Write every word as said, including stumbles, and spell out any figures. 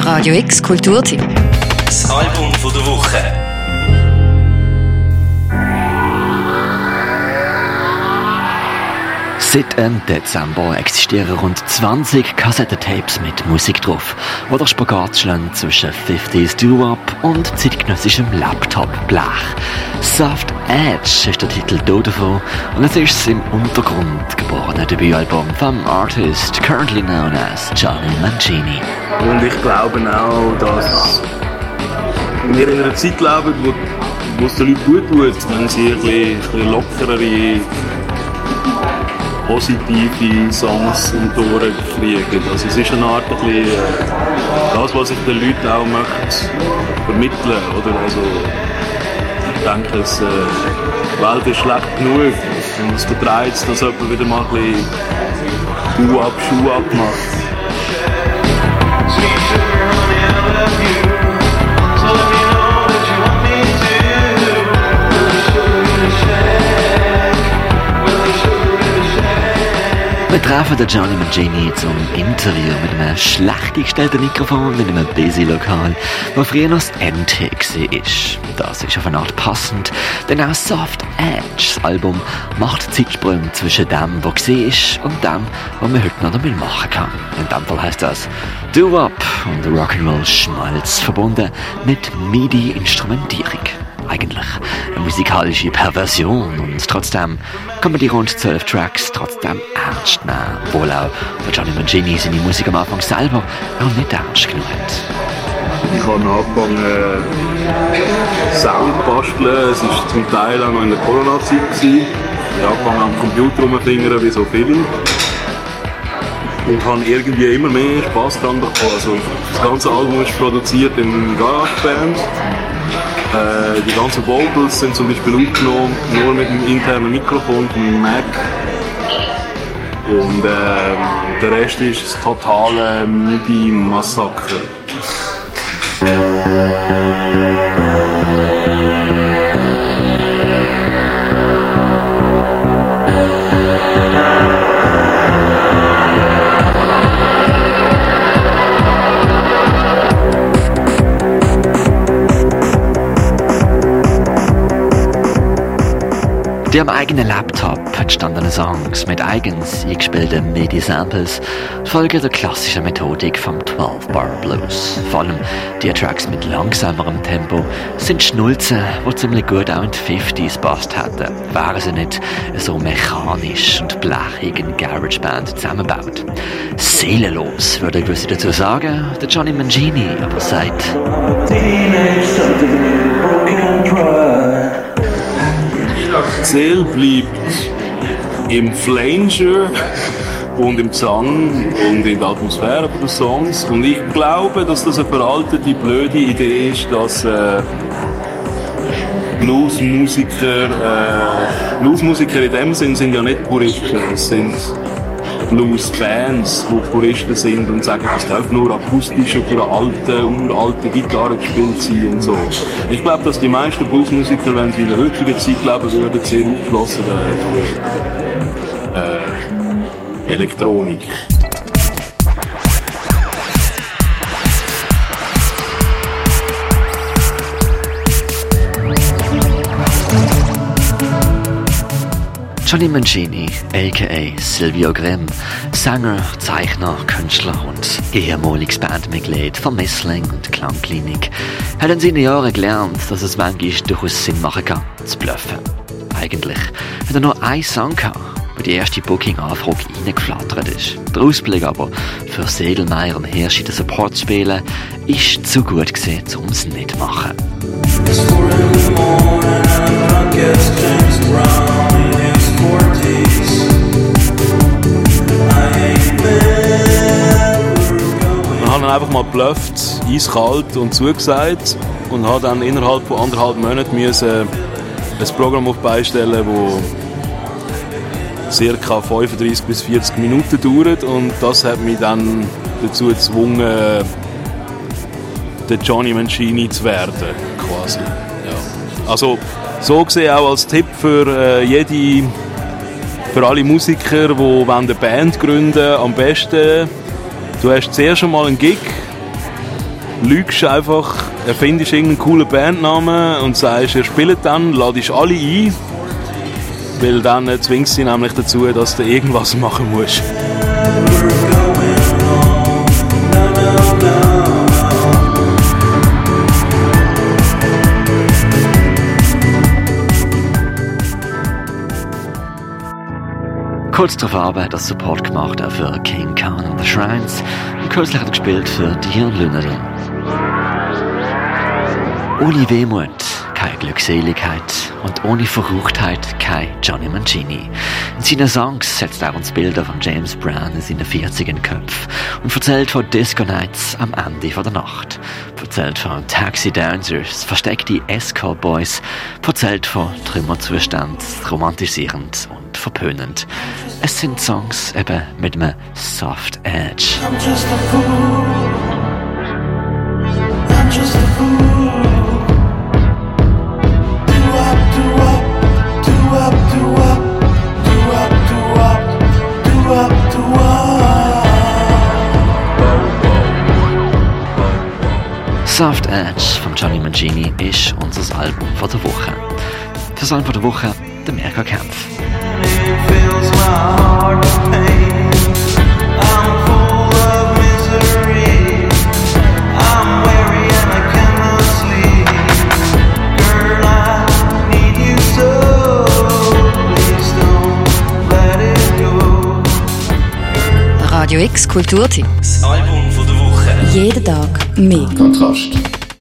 Radio X Kulturtipp. Das Album von der Woche. Seit Ende Dezember existieren rund zwanzig Kassettentapes mit Musik drauf, die der Spagat schlagen zwischen fünfziger Doo-Wop und zeitgenössischem Laptop-Blech. Soft Edge ist der Titel davon und es ist das im Untergrund geborene Debütalbum vom Artist currently known as Johnny Mancini. Und ich glaube auch, dass wir in einer Zeit leben, wo, wo es den Leuten gut tut, wenn sie ein bisschen, ein bisschen lockerere, positive Songs um die Ohren kriegen. Also es ist eine Art ein bisschen, äh, das, was ich den Leuten auch möchte vermitteln. Oder? Also, ich denke, es, äh, die Welt ist schlecht genug und es vertreibt, dass jemand wieder mal ein bisschen Schuh ab, Schuh abmacht. Wir treffen den Johnny Mancini zum Interview mit einem schlecht gestellten Mikrofon in einem Busy-Lokal, wo früher noch das M T war. Das ist auf eine Art passend, denn auch Soft Edge, das Album, macht Zeitsprünge zwischen dem, was war und dem, was man heute noch damit machen kann. In dem Fall heisst das Doo-Wop und Rock'n'Roll-Schmalz verbunden mit MIDI-Instrumentierung. Eigentlich eine musikalische Perversion und trotzdem kann man die rund zwölf Tracks trotzdem ernst nehmen, obwohl auch der Johnny Mancini seine Musik am Anfang selber auch nicht ernst genug hat. Ich habe angefangen äh, Sound basteln, es war zum Teil auch noch in der Corona-Zeit. Ich habe angefangen am Computer rumzufingern wie so viele. Und habe irgendwie immer mehr Spass daran bekommen. Also, das ganze Album ist produziert in GarageBand. Äh, die ganzen Vocals sind zum Beispiel aufgenommen, nur mit dem internen Mikrofon vom Mac. Und äh, der Rest ist das totale MIDI-Massaker. Die am eigenen Laptop entstandenen Songs mit eigens eingespielten MIDI-Samples folgen der klassischen Methodik vom zwölf-Bar-Blues. Vor allem die Tracks mit langsamerem Tempo sind Schnulzen, die ziemlich gut auch in die fünfziger gepasst hätten, wären sie nicht so mechanisch und blechig in GarageBand zusammengebaut. Seelenlos, würde gewisse dazu sagen, der Johnny Mancini aber sagt: Die Seele bleibt im Flanger und im Gesang und in der Atmosphäre der Songs. Und ich glaube, dass das eine veraltete, blöde Idee ist, dass äh, Bluesmusiker, äh, Bluesmusiker in dem Sinn sind ja nicht Puristen, es sind Bluesbands, die Puristen sind und sagen, das darf nur akustisch auf einer alten, uralte Gitarre gespielt sein und so. Ich glaube, dass die meisten Bluesmusiker, wenn sie in der heutigen Zeit leben würden, sehr aufgeschlossen wären durch äh, Elektronik. Johnny Mancini, aka Silvio Grimm, Sänger, Zeichner, Künstler und ehemaliges Bandmitglied von Missling und Klangklinik, hat in seinen Jahren gelernt, dass es manchmal durchaus Sinn machen kann, zu bluffen. Eigentlich hat er nur einen Song gehabt, wo die erste Booking-Anfrage reingeflattert ist. Der Ausblick aber für Sedelmeier und Hirsch in den Support zu spielen, ist zu gut gewesen, um es nicht zu machen. Wir haben dann einfach mal geblufft, eiskalt und zugesagt und haben dann innerhalb von anderthalb Monaten müssen ein Programm auf beistellen, das ca. fünfunddreißig bis vierzig Minuten dauert, und das hat mich dann dazu gezwungen, der Johnny Mancini zu werden, quasi. Ja. Also so gesehen auch als Tipp für äh, jede, für alle Musiker, die eine Band gründen wollen, am besten, du hast zuerst einmal einen Gig lügst einfach, erfindest irgendeinen coolen Bandnamen und sagst, ihr spielt dann, ladest alle ein, weil dann äh, zwingst du sie nämlich dazu, dass du irgendwas machen musst. Kurz darauf hat er Support gemacht auch für King Khan and the Shrines und kürzlich hat er gespielt für Dion Lünerin. Ohne Wehmut keine Glückseligkeit und ohne Verruchtheit kein Johnny Mancini. In seinen Songs setzt er uns Bilder von James Brown in seinen vierzigen Köpfen und erzählt von Disco Nights am Ende der Nacht. Erzählt von Taxi Dancers, versteckte Escort Boys, erzählt von Trümmerzustand, romantisierend und verpönend. Es sind Songs eben mit einem Soft Edge. I'm just a fool. I'm just a fool. Do up, do up, do up, do up, do up, do up, do up, do up. Soft Edge von Johnny Mancini ist unser Album von der Woche. Das Album von der Woche, der Mirka Kempf. Radio X Kulturteam. Das Album von der Woche. Jeden Tag mehr. Kontrast.